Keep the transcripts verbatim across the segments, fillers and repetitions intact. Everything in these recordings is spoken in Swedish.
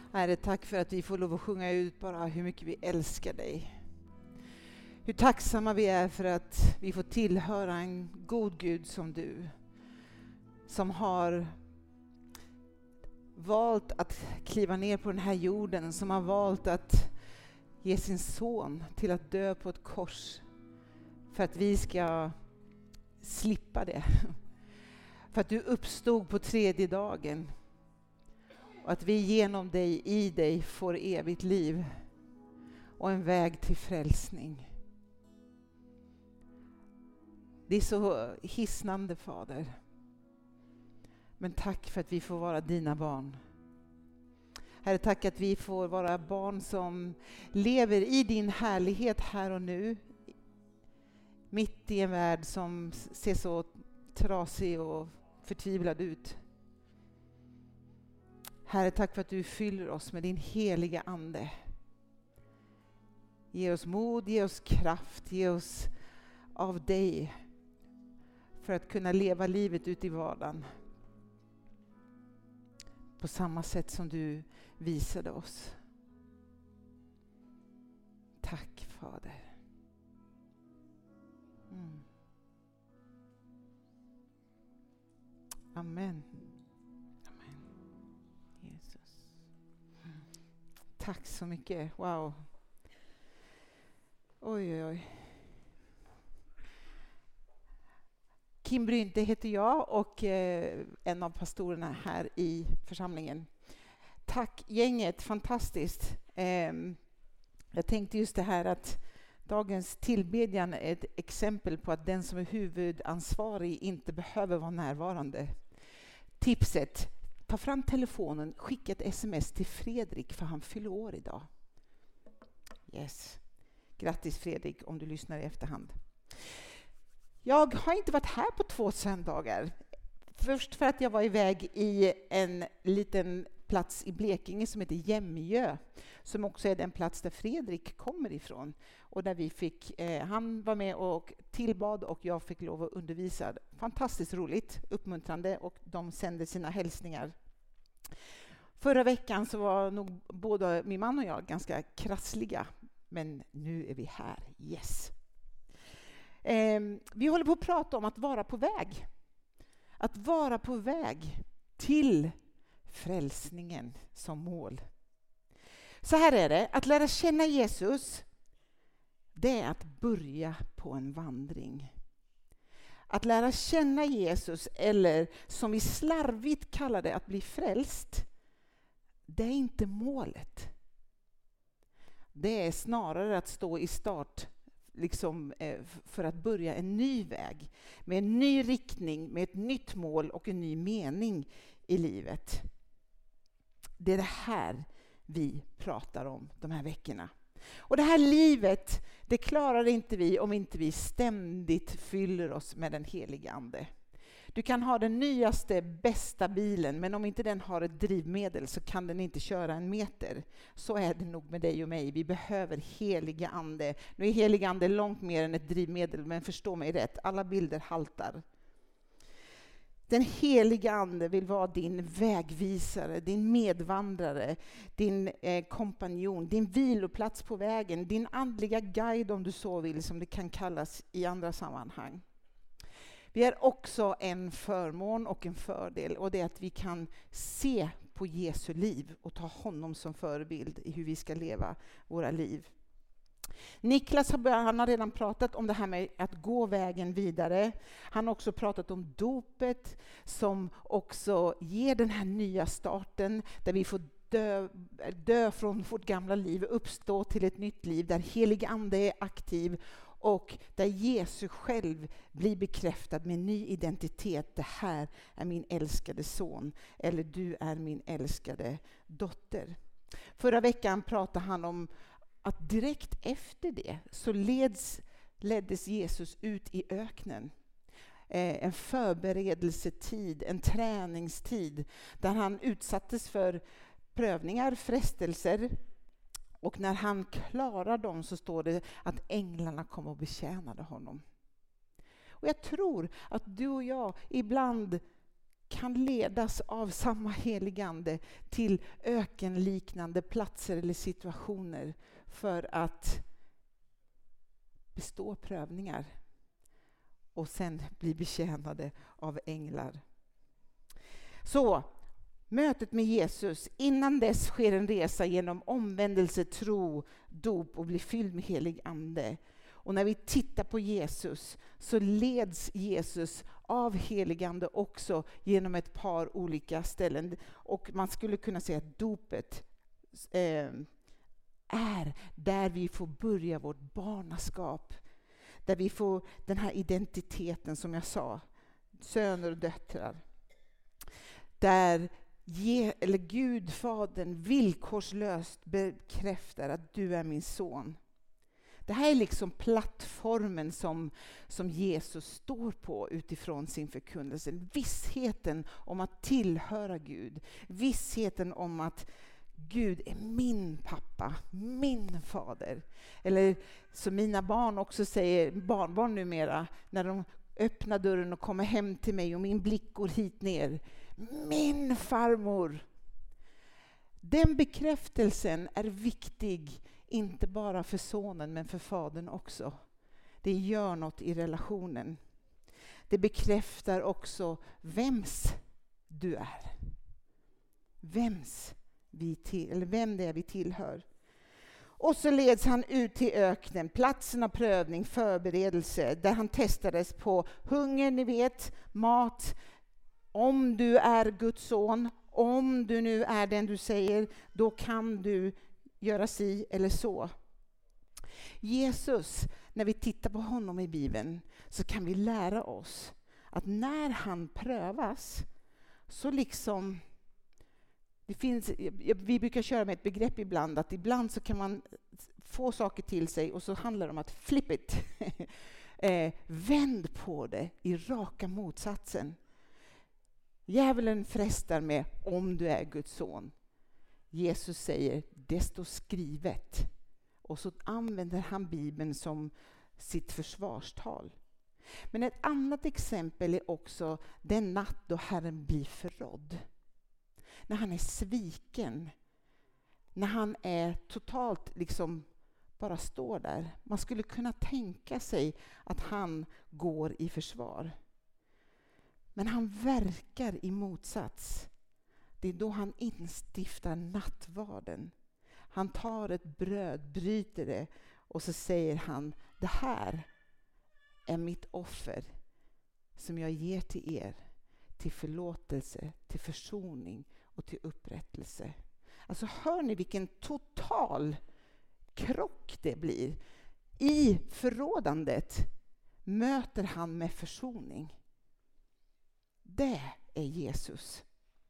Herre, tack för att vi får lov att sjunga ut bara hur mycket vi älskar dig. Hur tacksamma vi är för att vi får tillhöra en god Gud som du. Som har valt att kliva ner på den här jorden. Som har valt att ge sin son till att dö på ett kors. För att vi ska slippa det. För att du uppstod på tredje dagen. Och att vi genom dig, i dig, får evigt liv. Och en väg till frälsning. Det är så hisnande, Fader. Men tack för att vi får vara dina barn. Herre, tack att vi får vara barn som lever i din härlighet här och nu. Mitt i en värld som ser så trasig och förtvivlad ut. Herre, tack för att du fyller oss med din heliga ande. Ge oss mod, ge oss kraft, ge oss av dig. För att kunna leva livet ut i vardagen. På samma sätt som du visade oss. Tack, Fader. Mm. Amen. Amen. Jesus. Mm. Tack så mycket. Wow. Oj, oj, oj. Kim Brynte heter jag och eh, en av pastorerna här i församlingen. Tack gänget, fantastiskt. Eh, jag tänkte just det här att dagens tillbedjan är ett exempel på att den som är huvudansvarig inte behöver vara närvarande. Tipset, ta fram telefonen, skicka ett sms till Fredrik för han fyller år idag. Yes. Grattis Fredrik om du lyssnar i efterhand. Jag har inte varit här på två söndagar. Först för att jag var iväg i en liten plats i Blekinge som heter Jämjö. Som också är den plats där Fredrik kommer ifrån. Och där vi fick, eh, han var med och tillbad och jag fick lov att undervisa. Fantastiskt roligt, uppmuntrande och de sände sina hälsningar. Förra veckan så var nog både min man och jag ganska krassliga. Men nu är vi här, yes. Eh, vi håller på att prata om att vara på väg. Att vara på väg till frälsningen som mål. Så här är det, att lära känna Jesus, det är att börja på en vandring. Att lära känna Jesus, eller som vi slarvigt kallar det, att bli frälst, det är inte målet. Det är snarare att stå i start liksom, eh, för att börja en ny väg. Med en ny riktning, med ett nytt mål och en ny mening i livet. Det är det här vi pratar om de här veckorna. Och det här livet, det klarar inte vi om inte vi ständigt fyller oss med den heliga ande. Du kan ha den nyaste, bästa bilen, men om inte den har ett drivmedel så kan den inte köra en meter. Så är det nog med dig och mig. Vi behöver heliga ande. Nu är heliga ande långt mer än ett drivmedel, men förstå mig rätt. Alla bilder haltar. Den heliga ande vill vara din vägvisare, din medvandrare, din eh, kompanjon, din viloplats på vägen, din andliga guide om du så vill, som det kan kallas i andra sammanhang. Vi är också en förmån och en fördel, och det är att vi kan se på Jesu liv och ta honom som förebild i hur vi ska leva våra liv. Niklas har, börjat, han har redan pratat om det här med att gå vägen vidare. Han har också pratat om dopet som också ger den här nya starten där vi får dö, dö från vårt gamla liv och uppstå till ett nytt liv där helig ande är aktiv och där Jesus själv blir bekräftad med ny identitet. Det här är min älskade son, eller du är min älskade dotter. Förra veckan pratade han om att direkt efter det så leds, leddes Jesus ut i öknen. Eh, en förberedelsetid, en träningstid där han utsattes för prövningar, frestelser. Och när han klarar dem så står det att änglarna kom och betjänade honom. Och jag tror att du och jag ibland kan ledas av samma heligande till ökenliknande platser eller situationer för att bestå prövningar och sen bli betjänade av änglar. Så mötet med Jesus, innan dess sker en resa genom omvändelse, tro, dop och bli fylld med helig ande. Och när vi tittar på Jesus så leds Jesus av heligande också genom ett par olika ställen. Och man skulle kunna säga att dopet eh, är där vi får börja vårt barnaskap. Där vi får den här identiteten som jag sa, söner och döttrar. Där ge, eller Gud, Fadern, villkorslöst bekräftar att du är min son. Det här är liksom plattformen som, som Jesus står på utifrån sin förkunnelse. Vissheten om att tillhöra Gud. Vissheten om att Gud är min pappa, min fader. Eller som mina barn också säger, barnbarn numera, när de öppnar dörren och kommer hem till mig och min blick går hit ner. Min farmor. Den bekräftelsen är viktig, inte bara för sonen men för fadern också. Det gör något i relationen. Det bekräftar också vems du är. Vems vi till, eller vem det är vi tillhör. Och så leds han ut till öknen, platsen av prövning, förberedelse, där han testades på hunger, ni vet, mat. Om du är Guds son, om du nu är den du säger, då kan du göra si eller så. Jesus, när vi tittar på honom i Bibeln, så kan vi lära oss att när han prövas, så liksom, det finns, vi brukar köra med ett begrepp ibland, att ibland så kan man få saker till sig och så handlar det om att flip it. eh, vänd på det i raka motsatsen. Djävulen frestar med om du är Guds son. Jesus säger det står skrivet. Och så använder han Bibeln som sitt försvarstal. Men ett annat exempel är också den natt då Herren blir förrådd. När han är sviken. När han är totalt liksom bara står där. Man skulle kunna tänka sig att han går i försvar. Men han verkar i motsats. Det är då han instiftar nattvarden. Han tar ett bröd, bryter det och så säger han, det här är mitt offer som jag ger till er. Till förlåtelse, till försoning och till upprättelse. Alltså hör ni vilken total krock det blir. I förrådandet möter han med försoning. Det är Jesus.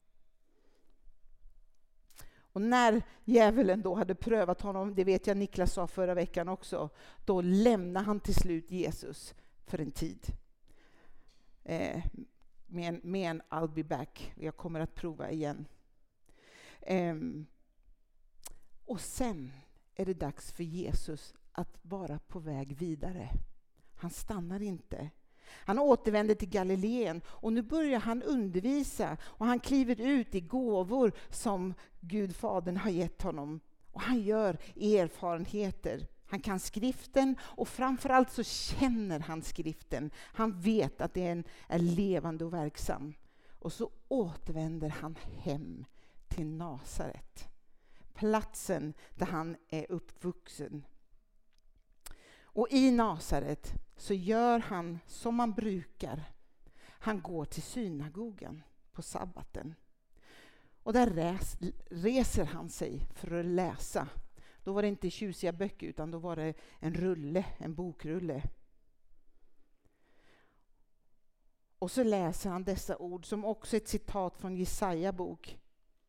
Och när djävulen då hade prövat honom, det vet jag Niklas sa förra veckan också, då lämnar han till slut Jesus för en tid. Eh, med, en, med en I'll be back. Jag kommer att prova igen. Eh, och sen är det dags för Jesus att vara på väg vidare. Han stannar inte. Han återvänder till Galileen och nu börjar han undervisa och han kliver ut i gåvor som Gud Fadern har gett honom. Och han gör erfarenheter. Han kan skriften och framförallt så känner han skriften. Han vet att den är levande och verksam. Och så återvänder han hem till Nasaret. Platsen där han är uppvuxen. Och i Nasaret så gör han som man brukar. Han går till synagogan på sabbaten. Och där res, reser han sig för att läsa. Då var det inte tjusiga böcker utan då var det en rulle, en bokrulle. Och så läser han dessa ord som också är ett citat från Jesaja bok.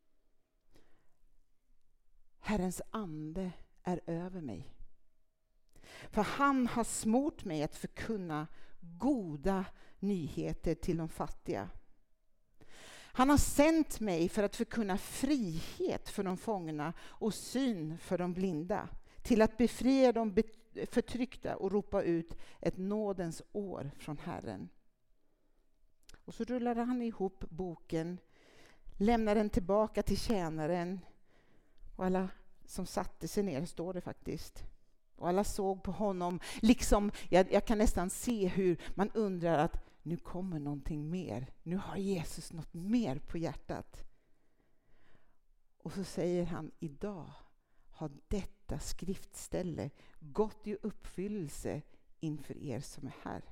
Herrens ande är över mig. För han har smort mig att förkunna goda nyheter till de fattiga. Han har sänt mig för att förkunna frihet för de fångna och syn för de blinda. Till att befria de förtryckta och ropa ut ett nådens år från Herren. Och så rullade han ihop boken, lämnade den tillbaka till tjänaren. Och alla som satte sig ner, står det faktiskt. Och alla såg på honom, liksom, jag, jag kan nästan se hur man undrar att nu kommer någonting mer. Nu har Jesus något mer på hjärtat. Och så säger han, idag har detta skriftställe gått i uppfyllelse inför er som är här.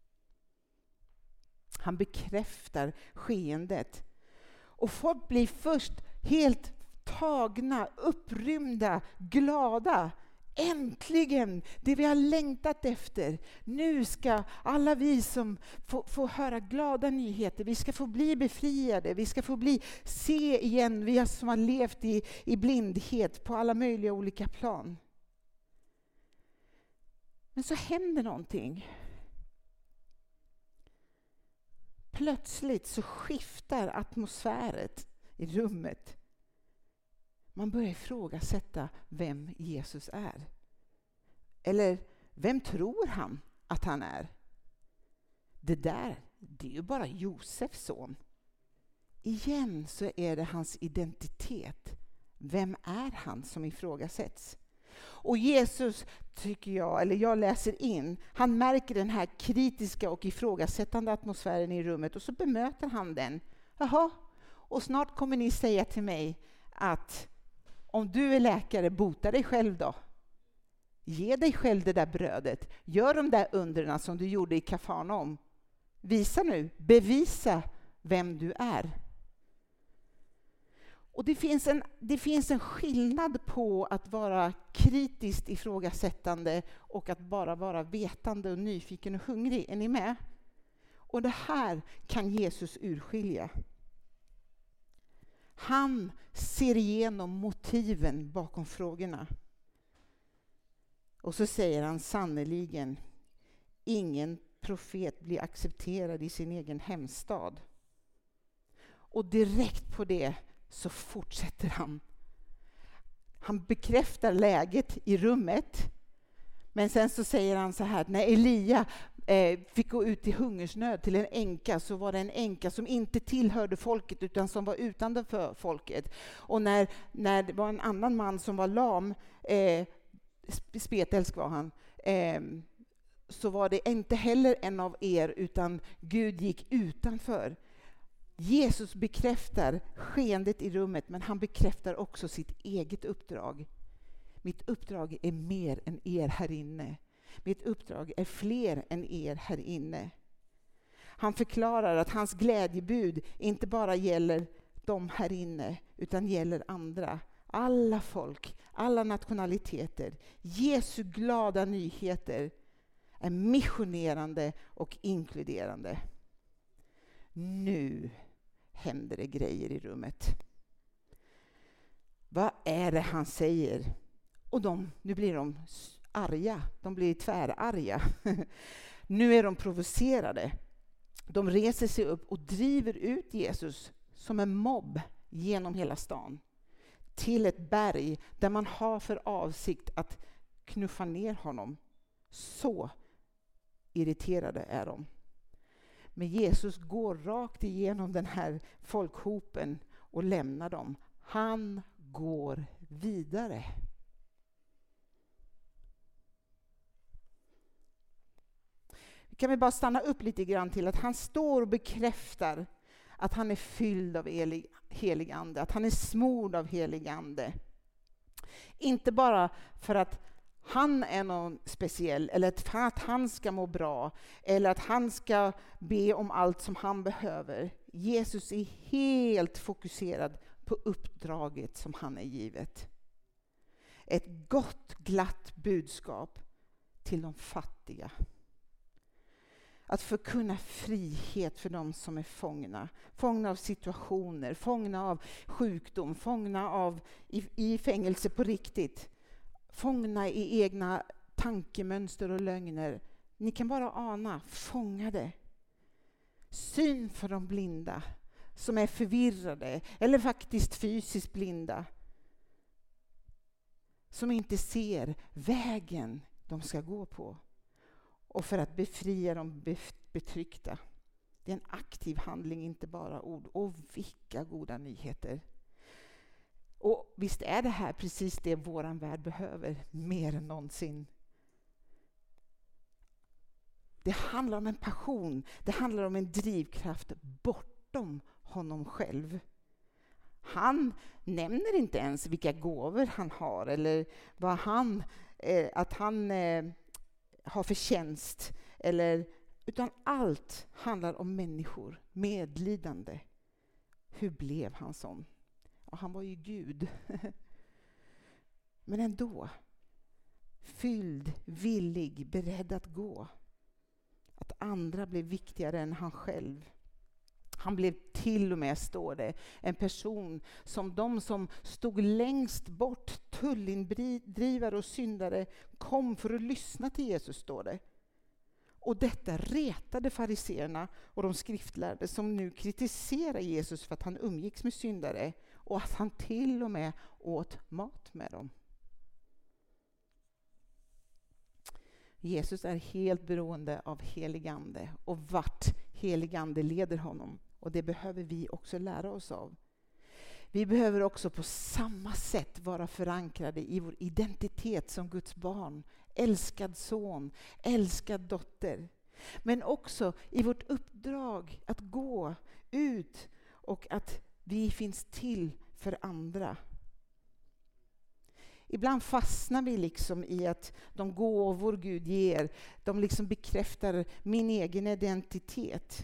Han bekräftar skeendet. Och folk blir först helt tagna, upprymda, glada. Äntligen, det vi har längtat efter. Nu ska alla vi som får, får höra glada nyheter, vi ska få bli befriade, vi ska få bli se igen, vi som har levt i, i blindhet på alla möjliga olika plan. Men så händer någonting. Plötsligt så skiftar atmosfären i rummet. Man börjar ifrågasätta vem Jesus är. Eller vem tror han att han är? Det där, det är ju bara Josefs son. Igen så är det hans identitet. Vem är han som ifrågasätts? Och Jesus, tycker jag, eller jag läser in, han märker den här kritiska och ifrågasättande atmosfären i rummet och så bemöter han den. Jaha, och snart kommer ni säga till mig att om du är läkare, bota dig själv då. Ge dig själv det där brödet. Gör de där undren som du gjorde i Kafarnaum. Visa nu, bevisa vem du är. Och det finns en, det finns en skillnad på att vara kritiskt ifrågasättande och att bara vara vetande och nyfiken och hungrig. Är ni med? Och det här kan Jesus urskilja. Han ser igenom motiven bakom frågorna. Och så säger han sannoliken, ingen profet blir accepterad i sin egen hemstad. Och direkt på det så fortsätter han. Han bekräftar läget i rummet. Men sen så säger han så här, när Elia eh, fick gå ut i hungersnöd till en änka, så var det en änka som inte tillhörde folket utan som var utanför folket. Och när, när det var en annan man som var lam, eh, spetälsk var han, eh, så var det inte heller en av er utan Gud gick utanför. Jesus bekräftar skeendet i rummet, men han bekräftar också sitt eget uppdrag. Mitt uppdrag är mer än er här inne. Mitt uppdrag är fler än er här inne. Han förklarar att hans glädjebud inte bara gäller de här inne, utan gäller andra. Alla folk, alla nationaliteter. Jesu glada nyheter är missionerande och inkluderande. Nu händer det grejer i rummet. Vad är det han säger? Och de, nu blir de arga. De blir tvärarga. Nu är de provocerade. De reser sig upp och driver ut Jesus som en mobb genom hela stan. Till ett berg där man har för avsikt att knuffa ner honom. Så irriterade är de. Men Jesus går rakt igenom den här folkhopen och lämnar dem. Han går vidare. Vi kan väl bara stanna upp lite grann till att han står och bekräftar att han är fylld av helig, helig ande, att han är smord av helig ande. Inte bara för att han är någon speciell, eller för att han ska må bra, eller att han ska be om allt som han behöver. Jesus är helt fokuserad på uppdraget som han är givet. Ett gott, glatt budskap till de fattiga. Att förkunna frihet för de som är fångna. Fångna av situationer, fångna av sjukdom, fångna av i, i fängelse på riktigt. Fångna i egna tankemönster och lögner. Ni kan bara ana, fångade. Syn för de blinda som är förvirrade eller faktiskt fysiskt blinda. Som inte ser vägen de ska gå på. Och för att befria de betryckta. Det är en aktiv handling, inte bara ord. Och vilka goda nyheter. Och visst är det här precis det våran värld behöver mer än någonsin. Det handlar om en passion. Det handlar om en drivkraft bortom honom själv. Han nämner inte ens vilka gåvor han har eller vad han, eh, att han eh, har förtjänst. Eller, utan allt handlar om människor, medlidande. Hur blev han sån? Ja, han var ju Gud. Men ändå. Fylld, villig, beredd att gå. Att andra blev viktigare än han själv. Han blev till och med, står det, en person som de som stod längst bort, tullindrivare och syndare, kom för att lyssna till Jesus, står det. Och detta retade fariseerna och de skriftlärde som nu kritiserar Jesus för att han umgicks med syndare och att han till och med åt mat med dem. Jesus är helt beroende av heligande och vart heligande leder honom. Och det behöver vi också lära oss av. Vi behöver också på samma sätt vara förankrade i vår identitet som Guds barn, älskad son, älskad dotter. Men också i vårt uppdrag att gå ut och att vi finns till för andra. Ibland fastnar vi liksom i att de gåvor Gud ger, de liksom bekräftar min egen identitet.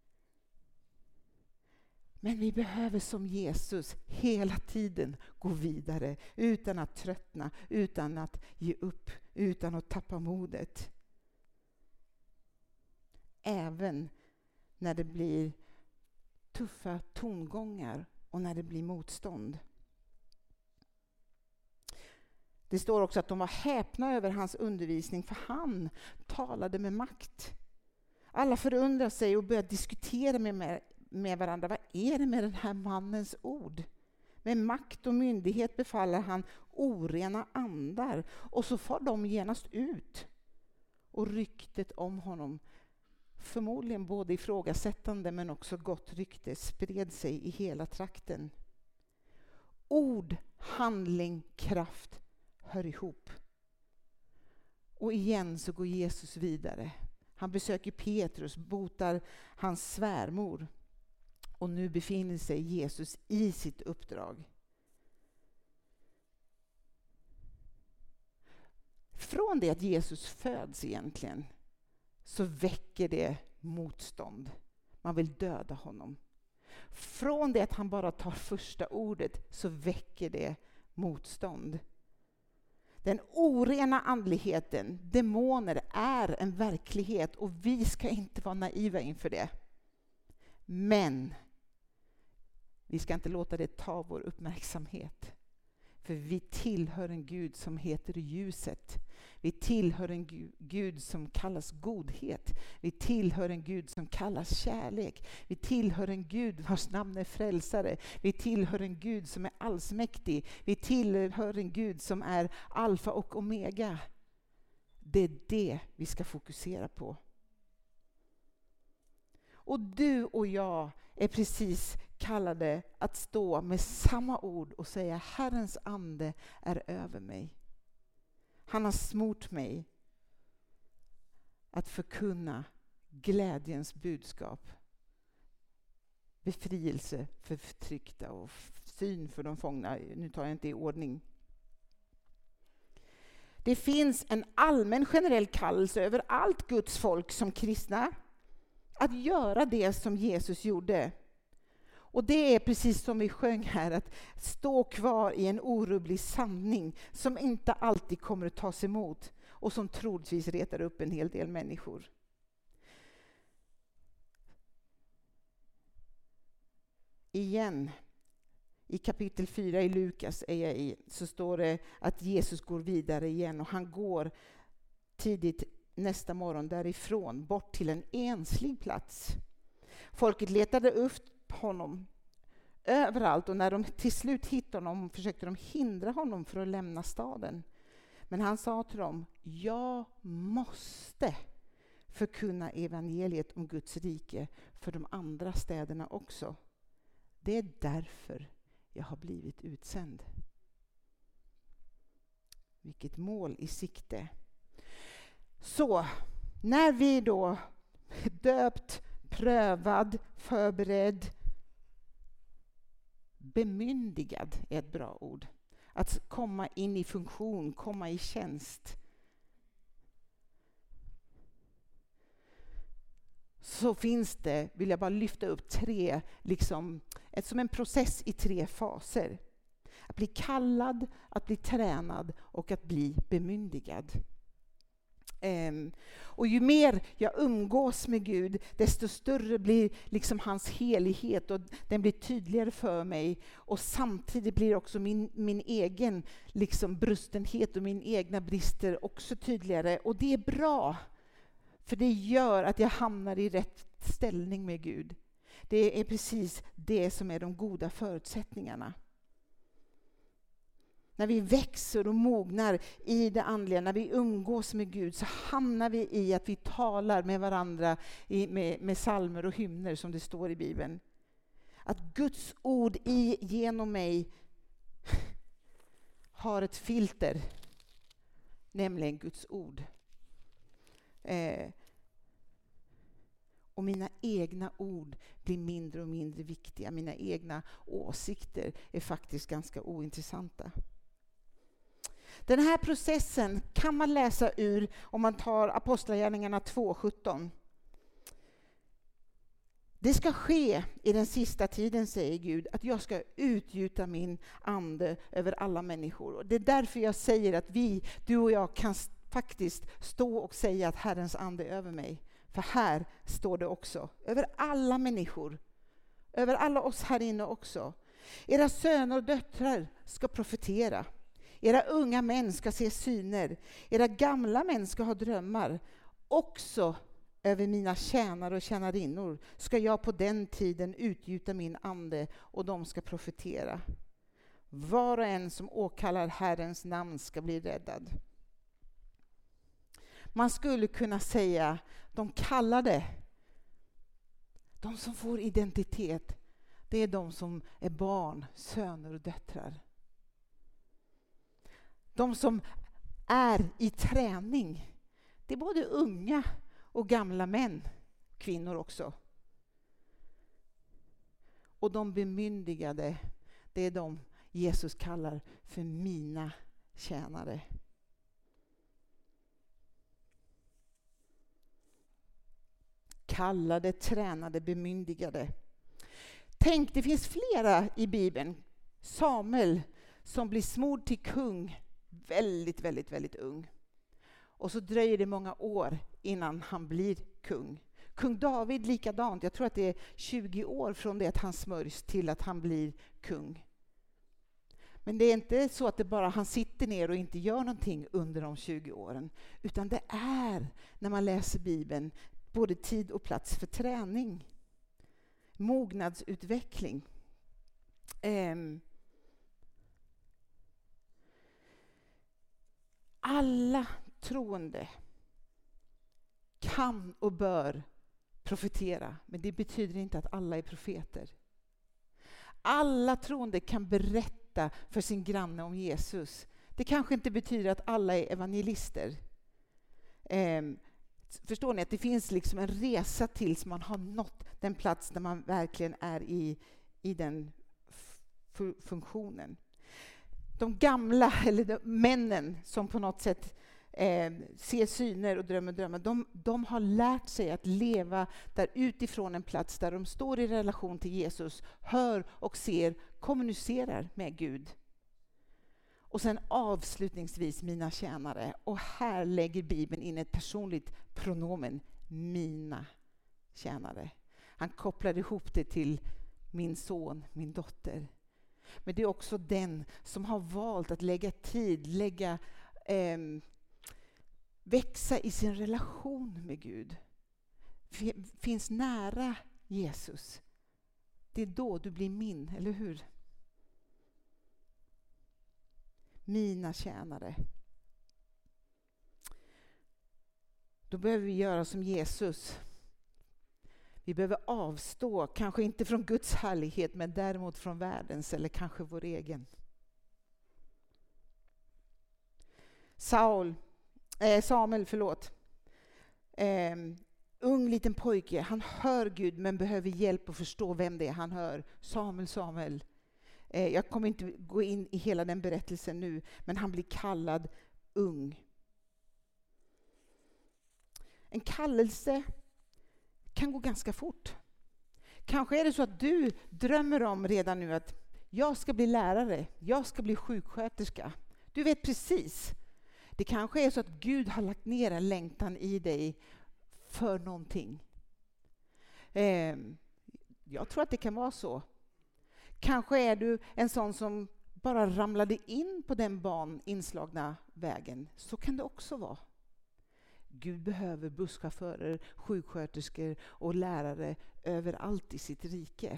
Men vi behöver som Jesus hela tiden gå vidare utan att tröttna, utan att ge upp, utan att tappa modet. Även när det blir tuffa tongångar och när det blir motstånd. Det står också att de var häpna över hans undervisning, för han talade med makt. Alla förundrar sig och börjar diskutera med, med varandra. Vad är det med den här mannens ord? Med makt och myndighet befaller han orena andar. Och så får de genast ut. Och ryktet om honom, förmodligen både ifrågasättande men också gott rykte, spred sig i hela trakten. Ord, handling, kraft hör ihop. Och igen så går Jesus vidare. Han besöker Petrus, botar hans svärmor. Och nu befinner sig Jesus i sitt uppdrag. Från det att Jesus föds egentligen så väcker det motstånd. Man vill döda honom. Från det att han bara tar första ordet så väcker det motstånd. Den orena andligheten, demoner, är en verklighet och vi ska inte vara naiva inför det. Men vi ska inte låta det ta vår uppmärksamhet. För vi tillhör en Gud som heter ljuset. Vi tillhör en Gud som kallas godhet. Vi tillhör en Gud som kallas kärlek. Vi tillhör en Gud vars namn är frälsare. Vi tillhör en Gud som är allsmäktig. Vi tillhör en Gud som är alfa och omega. Det är det vi ska fokusera på. Och du och jag är precis kallade att stå med samma ord och säga: Herrens ande är över mig. Han har smort mig att förkunna glädjens budskap. Befrielse för förtryckta och syn för de fångna. Nu tar jag inte i ordning. Det finns en allmän generell kallelse över allt Guds folk som kristna att göra det som Jesus gjorde. Och det är precis som vi sjöng här, att stå kvar i en orubblig sanning som inte alltid kommer att tas emot och som troligtvis retar upp en hel del människor. Igen, i kapitel fyra i Lukas är jag i, så står det att Jesus går vidare igen och han går tidigt nästa morgon därifrån bort till en enslig plats. Folket letade upp honom överallt och när de till slut hittade honom försökte de hindra honom från att lämna staden. Men han sa till dem: jag måste förkunna evangeliet om Guds rike för de andra städerna också. Det är därför jag har blivit utsänd. Vilket mål i sikte. Så, när vi då är döpt, prövad, förberedd, bemyndigad är ett bra ord. Att komma in i funktion, komma i tjänst. Så finns det, vill jag bara lyfta upp tre, liksom, ett, som en process i tre faser. Att bli kallad, att bli tränad och att bli bemyndigad. Um, och ju mer jag umgås med Gud, desto större blir liksom hans helighet och den blir tydligare för mig. Och samtidigt blir också min, min egen liksom brustenhet och min egna brister också tydligare. Och det är bra, för det gör att jag hamnar i rätt ställning med Gud. Det är precis det som är de goda förutsättningarna. När vi växer och mognar i det andliga, när vi umgås med Gud, så hamnar vi i att vi talar med varandra i, med, med psalmer och hymner, som det står i Bibeln. Att Guds ord i, genom mig har ett filter, nämligen Guds ord. Eh, och mina egna ord blir mindre och mindre viktiga. Mina egna åsikter är faktiskt ganska ointressanta. Den här processen kan man läsa ur om man tar Apostlagärningarna två sjutton. Det ska ske i den sista tiden, säger Gud, att jag ska utgjuta min ande över alla människor. Och det är därför jag säger att vi, du och jag, kan faktiskt stå och säga att Herrens ande är över mig. För här står det också, över alla människor, över alla oss här inne också. Era söner och döttrar ska profetera. Era unga män ska se syner. Era gamla män ska ha drömmar. Också över mina tjänare och tjänarinnor ska jag på den tiden utgjuta min ande och de ska profetera. Var och en som åkallar Herrens namn ska bli räddad. Man skulle kunna säga, de kallade, de som får identitet, det är de som är barn, söner och döttrar. De som är i träning, det är både unga och gamla män, kvinnor också. Och de bemyndigade, det är de Jesus kallar för mina tjänare. Kallade, tränade, bemyndigade. Tänk, det finns flera i Bibeln. Samuel som blir smord till kung väldigt, väldigt, väldigt ung. Och så dröjer det många år innan han blir kung. Kung David likadant. Jag tror att det är tjugo år från det att han smörjs till att han blir kung. Men det är inte så att det bara han sitter ner och inte gör någonting under de tjugo åren. Utan det är, när man läser Bibeln, både tid och plats för träning. Mognadsutveckling. Um, alla troende kan och bör profetera, men det betyder inte att alla är profeter. Alla troende kan berätta för sin granne om Jesus. Det kanske inte betyder att alla är evangelister. Um, Förstår ni att det finns liksom en resa tills man har nått den plats där man verkligen är i, i den f- funktionen. De gamla, eller de männen som på något sätt eh, ser syner och drömmer drömmar, de, de har lärt sig att leva där utifrån en plats där de står i relation till Jesus, hör och ser, kommunicerar med Gud. Och sen avslutningsvis mina tjänare. Och här lägger Bibeln in ett personligt pronomen. Mina tjänare. Han kopplar ihop det till min son, min dotter. Men det är också den som har valt att lägga tid, lägga, eh, växa i sin relation med Gud. Finns nära Jesus. Det är då du blir min, eller hur? Mina tjänare. Då behöver vi göra som Jesus. Vi behöver avstå, kanske inte från Guds härlighet, men däremot från världens eller kanske vår egen. Saul, eh, Samuel, förlåt. Eh, ung liten pojke, han hör Gud men behöver hjälp att förstå vem det är han hör. Samuel, Samuel. Eh, jag kommer inte gå in i hela den berättelsen nu, men han blir kallad ung. En kallelse kan gå ganska fort. Kanske är det så att du drömmer om redan nu att jag ska bli lärare, jag ska bli sjuksköterska. Du vet precis. Det kanske är så att Gud har lagt ner en längtan i dig för någonting. Eh, jag tror att det kan vara så. Kanske är du en sån som bara ramlade in på den ban inslagna vägen. Så kan det också vara. Gud behöver busschaufförer, sjuksköterskor och lärare överallt i sitt rike.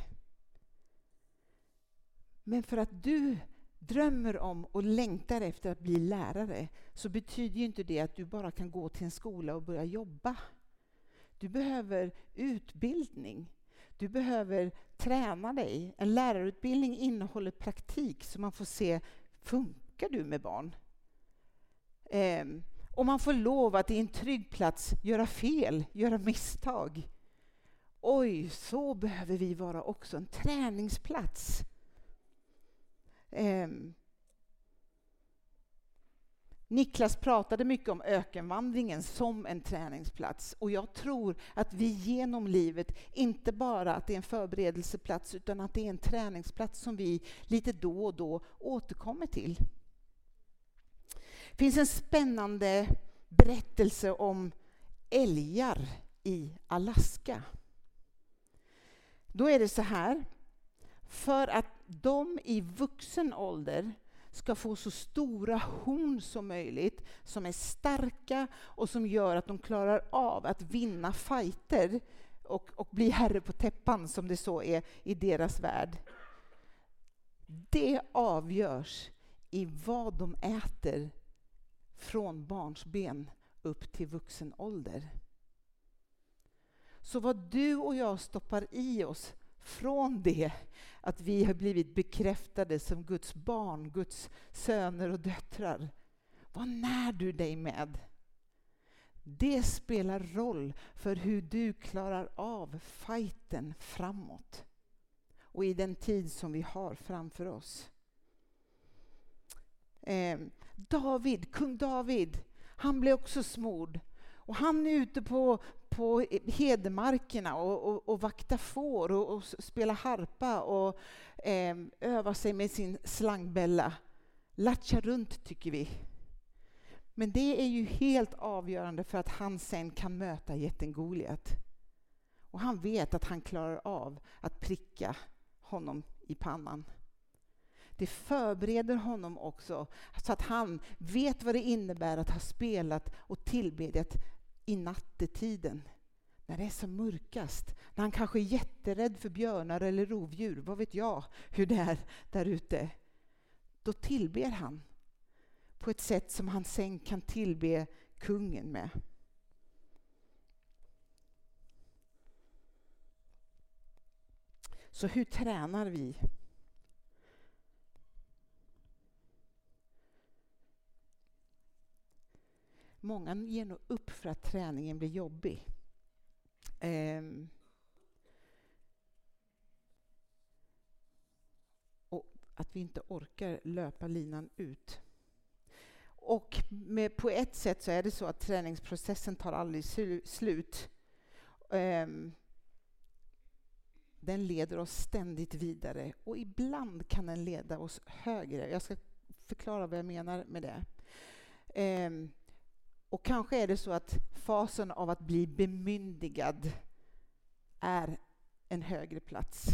Men för att du drömmer om och längtar efter att bli lärare så betyder ju inte det att du bara kan gå till en skola och börja jobba. Du behöver utbildning. Du behöver träna dig. En lärarutbildning innehåller praktik så man får se, funkar du med barn? Eh, och man får lov att i en trygg plats göra fel, göra misstag. Oj, så behöver vi vara också, en träningsplats. Eh, Niklas pratade mycket om ökenvandringen som en träningsplats. Och jag tror att vi genom livet, inte bara att det är en förberedelseplats, utan att det är en träningsplats som vi lite då och då återkommer till. Det finns en spännande berättelse om älgar i Alaska. Då är det så här, för att de i vuxen ålder ska få så stora horn som möjligt, som är starka och som gör att de klarar av att vinna fighter och, och bli herre på täppan, som det så är i deras värld. Det avgörs i vad de äter från barnsben upp till vuxen ålder. Så vad du och jag stoppar i oss från det att vi har blivit bekräftade som Guds barn, Guds söner och döttrar. Vad när du dig med? Det spelar roll för hur du klarar av fighten framåt. Och i den tid som vi har framför oss. Eh, David, kung David, han blev också smord. Och han är ute på på hedemarkerna och, och, och vakta får och, och spela harpa och eh, öva sig med sin slangbälla. Latcha runt, tycker vi. Men det är ju helt avgörande för att han sen kan möta jätten Goliat. Och han vet att han klarar av att pricka honom i pannan. Det förbereder honom också så att han vet vad det innebär att ha spelat och tillbedjat i nattetiden, när det är som mörkast, när han kanske är jätterädd för björnar eller rovdjur, vad vet jag hur det är där ute. Då tillber han på ett sätt som han sen kan tillbe kungen med. Så hur tränar vi? Många ger nog upp för att träningen blir jobbig. Ehm. Och att vi inte orkar löpa linan ut. Och med, på ett sätt så är det så att träningsprocessen tar aldrig sl- slut. Ehm. Den leder oss ständigt vidare. Och ibland kan den leda oss högre. Jag ska förklara vad jag menar med det. Ehm. Och kanske är det så att fasen av att bli bemyndigad är en högre plats.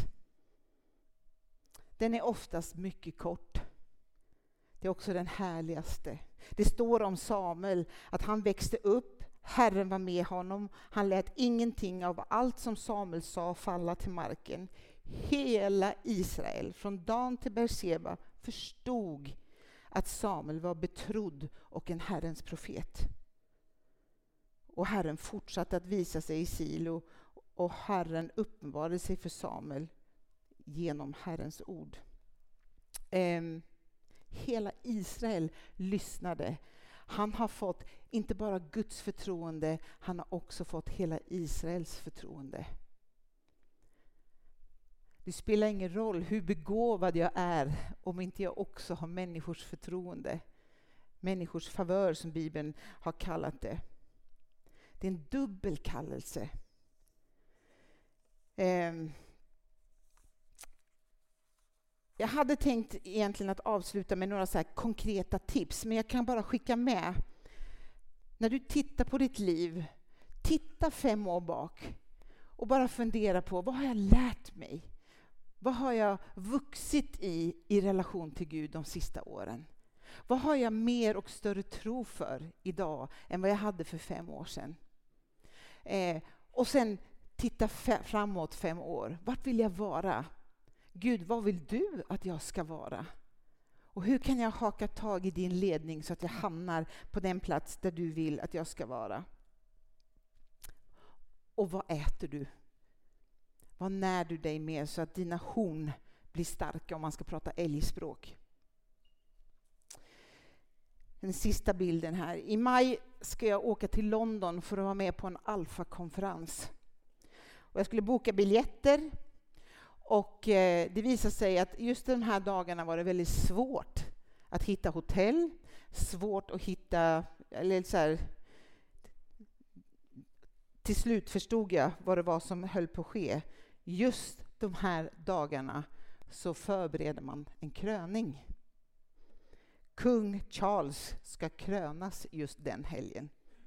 Den är oftast mycket kort. Det är också den härligaste. Det står om Samuel att han växte upp, Herren var med honom. Han lät ingenting av allt som Samuel sa falla till marken. Hela Israel, från Dan till Berseba, förstod att Samuel var betrodd och en Herrens profet. Och Herren fortsatte att visa sig i Silo, och Herren uppenbarade sig för Samuel genom Herrens ord. Um, hela Israel lyssnade. Han har fått inte bara Guds förtroende, han har också fått hela Israels förtroende. Det spelar ingen roll hur begåvad jag är om inte jag också har människors förtroende. Människors favör, som Bibeln har kallat det. Det är en dubbel kallelse. Um, Jag hade tänkt egentligen att avsluta med några så här konkreta tips, men jag kan bara skicka med. När du tittar på ditt liv, titta fem år bak och bara fundera på, vad har jag lärt mig? Vad har jag vuxit i i relation till Gud de sista åren? Vad har jag mer och större tro för idag än vad jag hade för fem år sedan? Eh, och sen titta f- framåt fem år. Vart vill jag vara? Gud, vad vill du att jag ska vara? Och hur kan jag haka tag i din ledning så att jag hamnar på den plats där du vill att jag ska vara? Och vad äter du? Vad när du dig med så att dina horn blir starka, om man ska prata älgspråk? Den sista bilden här. I maj ska jag åka till London för att vara med på en alfa-konferens. Och jag skulle boka biljetter. Och eh, det visade sig att just de här dagarna var det väldigt svårt att hitta hotell. Svårt att hitta, eller så här, till slut förstod jag vad det var som höll på att ske. Just de här dagarna så förbereder man en kröning. Kung Charles ska krönas just den helgen.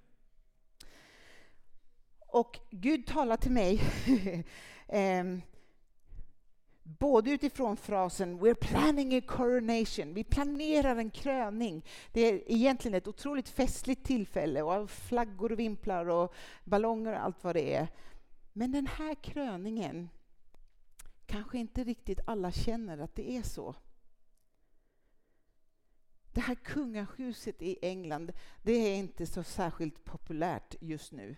Och Gud talar till mig eh, både utifrån frasen "We're planning a coronation", vi planerar en kröning. Det är egentligen ett otroligt festligt tillfälle, och flaggor och vimplar och ballonger och allt vad det är. Men den här kröningen, kanske inte riktigt alla känner att det är så. Det här kungahuset i England, det är inte så särskilt populärt just nu.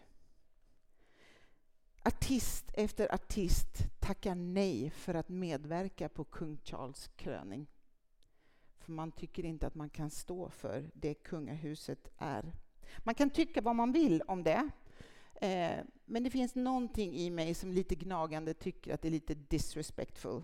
Artist efter artist tackar nej för att medverka på kung Charles kröning. För man tycker inte att man kan stå för det kungahuset är. Man kan tycka vad man vill om det. Eh, men det finns någonting i mig som lite gnagande tycker att det är lite disrespectful.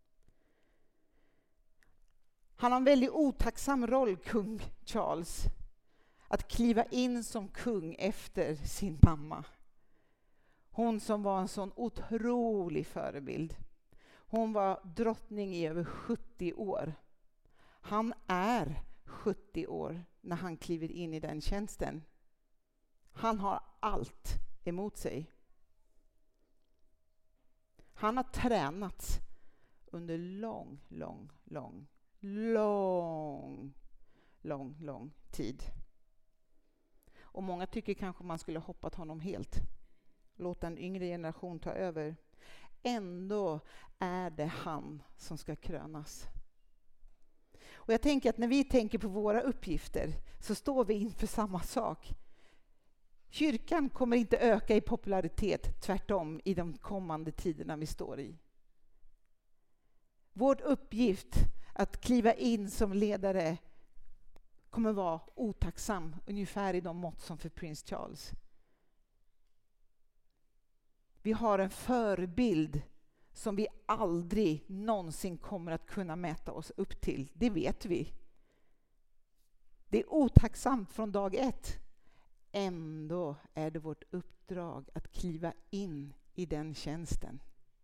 Han har en väldigt otacksam roll, kung Charles. Att kliva in som kung efter sin mamma. Hon som var en sån otrolig förebild. Hon var drottning i över sjuttio år. Han är sjuttio år när han kliver in i den tjänsten. Han har allt emot sig. Han har tränats under lång, lång, lång, lång, lång, lång tid. Och många tycker kanske man skulle hoppat honom helt. Låta en yngre generation ta över. Ändå är det han som ska krönas. Och jag tänker att när vi tänker på våra uppgifter så står vi inför samma sak. Kyrkan kommer inte öka i popularitet, tvärtom, i de kommande tiderna vi står i. Vår uppgift att kliva in som ledare kommer vara otacksam, ungefär i de mått som för prins Charles. Vi har en förebild som vi aldrig någonsin kommer att kunna mäta oss upp till. Det vet vi. Det är otacksamt från dag ett. Ändå är det vårt uppdrag att kliva in i den tjänsten.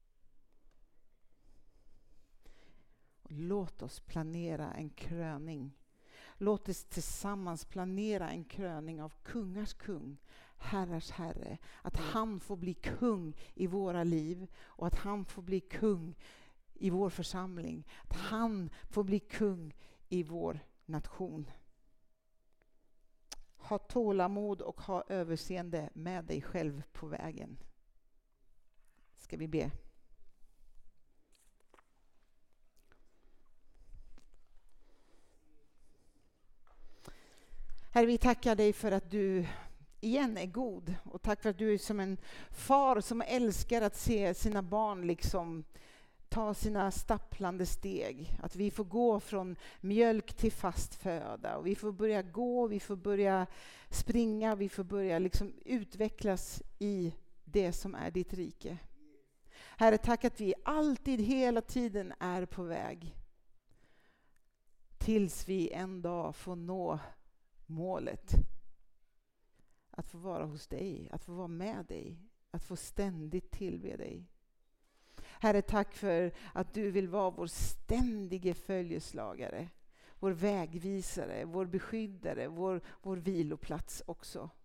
Låt oss planera en kröning. Låt oss tillsammans planera en kröning av kungars kung, herrars herre. Att han får bli kung i våra liv och att han får bli kung i vår församling. Att han får bli kung i vår nation. Ha tålamod och ha överseende med dig själv på vägen. Ska vi be? Herre, vi tackar dig för att du igen är god. Och tack för att du är som en far som älskar att se sina barn liksom ta sina stapplande steg. Att vi får gå från mjölk till fast föda. Och vi får börja gå, vi får börja springa, vi får börja liksom utvecklas i det som är ditt rike. Herre, tack att vi alltid, hela tiden är på väg. Tills vi en dag får nå målet. Att få vara hos dig, att få vara med dig, att få ständigt tillbe dig. Herre, tack för att du vill vara vår ständige följeslagare, vår vägvisare, vår beskyddare, vår, vår viloplats också.